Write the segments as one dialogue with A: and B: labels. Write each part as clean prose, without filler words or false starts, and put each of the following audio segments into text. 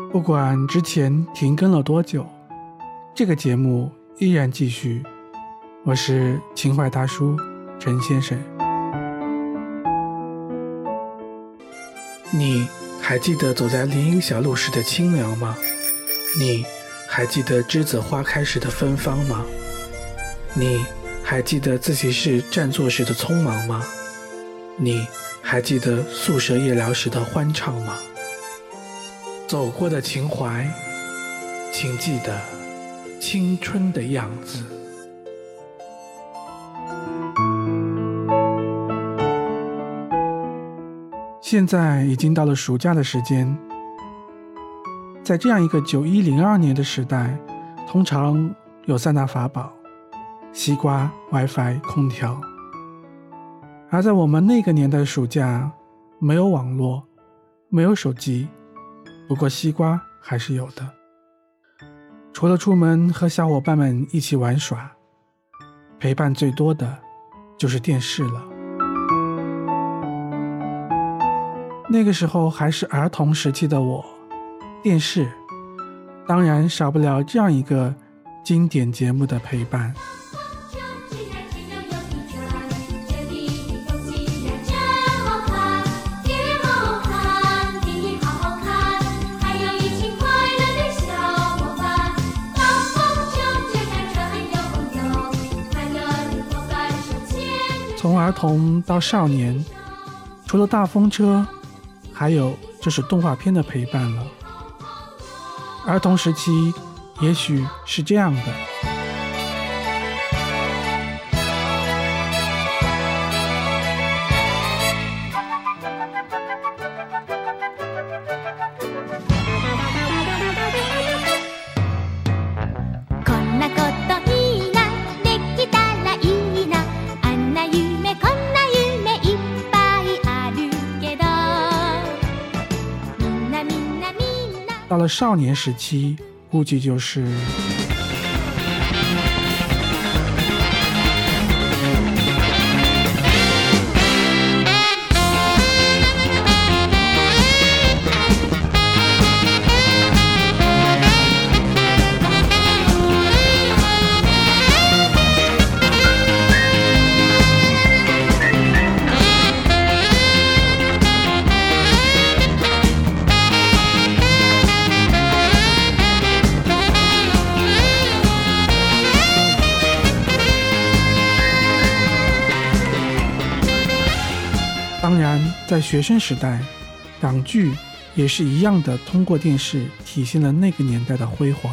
A: 不管之前停更了多久，这个节目依然继续。我是情怀大叔陈先生。你还记得走在林荫小路时的清凉吗？你还记得栀子花开时的芬芳吗？你还记得自习室占座时的匆忙吗？你还记得宿舍夜聊时的欢畅吗？走过的情怀，请记得青春的样子。现在已经到了暑假的时间，在这样一个9102年的时代，通常有3大法宝：西瓜、WiFi、空调。而在我们那个年代的暑假，没有网络，没有手机，不过西瓜还是有的。除了出门和小伙伴们一起玩耍，陪伴最多的就是电视了。那个时候还是儿童时期的我，电视当然少不了这样一个经典节目的陪伴。从儿童到少年，除了大风车，还有就是动画片的陪伴了。儿童时期也许是这样的。到了少年时期，估计就是当然，在学生时代，港剧也是一样的，通过电视体现了那个年代的辉煌。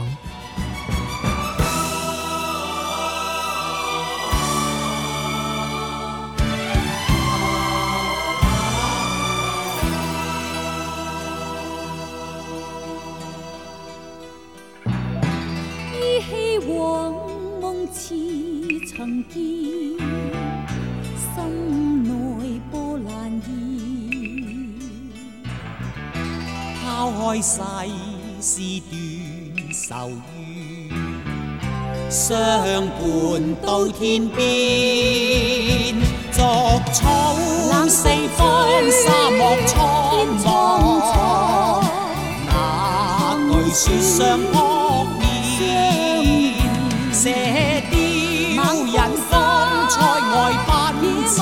B: 依稀往梦似曾见，心内波澜现。抛开世事断愁怨，相伴到天边。逐草四方，沙漠苍茫。那句说相扑面，射雕引风采外奔驰。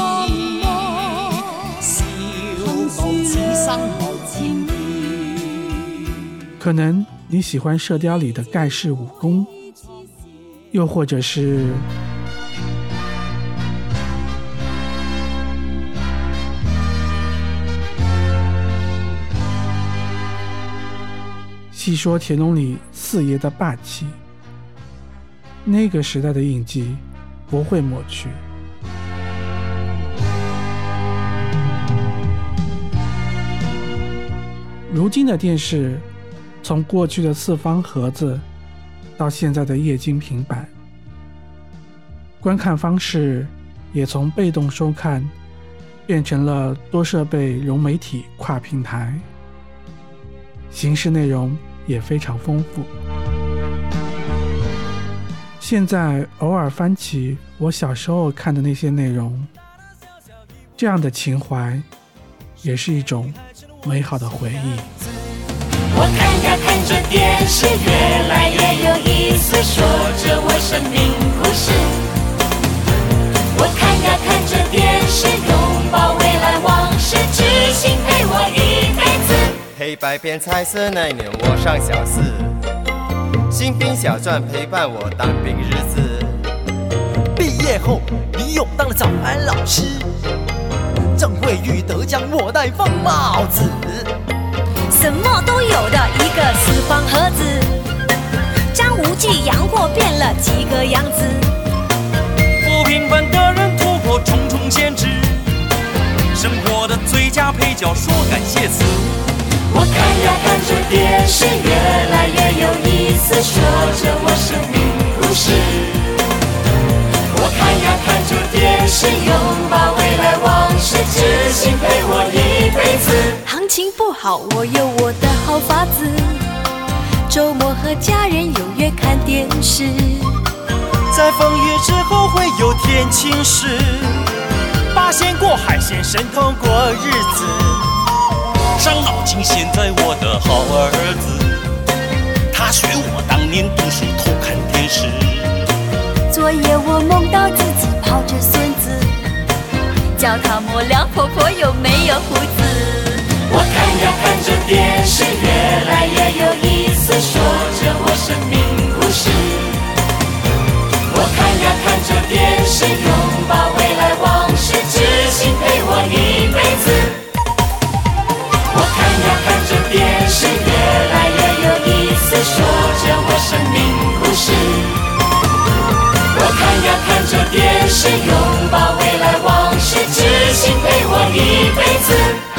B: 笑傲此生无渐变。
A: 可能你喜欢《射雕》里的盖世武功，又或者是细说乾隆里四爷的霸气，那个时代的印记不会抹去。如今的电视，从过去的四方盒子到现在的液晶平板，观看方式也从被动收看变成了多设备融媒体跨平台，形式内容也非常丰富。现在偶尔翻起我小时候看的那些内容，这样的情怀也是一种美好的回忆。
C: 我看呀看着电视，越来越有意思，说着我生命故事。我看呀看着电视，拥抱未来往事，知心陪我一辈子。
D: 黑白变彩色那年我上小四，新兵小传陪伴我当兵日子。
E: 毕业后李勇当了早安老师，郑惠玉得奖我戴方帽子。
F: 什么都有的一个四方盒子，张无忌杨过变了几个样子。
G: 不平凡的人突破重重限制，生活的最佳配角说感谢词。
C: 我看呀看着电视，越来越有意思，说着我生命故事。我看呀看着电视，拥抱未来往事，知心陪我一辈子。
F: 行情不好，我有我的好法子，周末和家人有约看电视。
E: 在风雨之后会有天晴时，八仙过海显神通过日子。
G: 伤脑筋现在我的好儿子，他学我当年读书偷看电视。
F: 昨夜我梦到自己抱着孙子，叫他摸亮婆婆有没有胡子。
C: 我看呀看着电视，越来越有意思，说着我生命故事。我看呀看着电视，拥抱未来往事，知心陪我一辈子。我看呀看着电视，越来越有意思，说着我生命故事。我看呀看着电视，拥抱未来往事，知心陪我一辈子。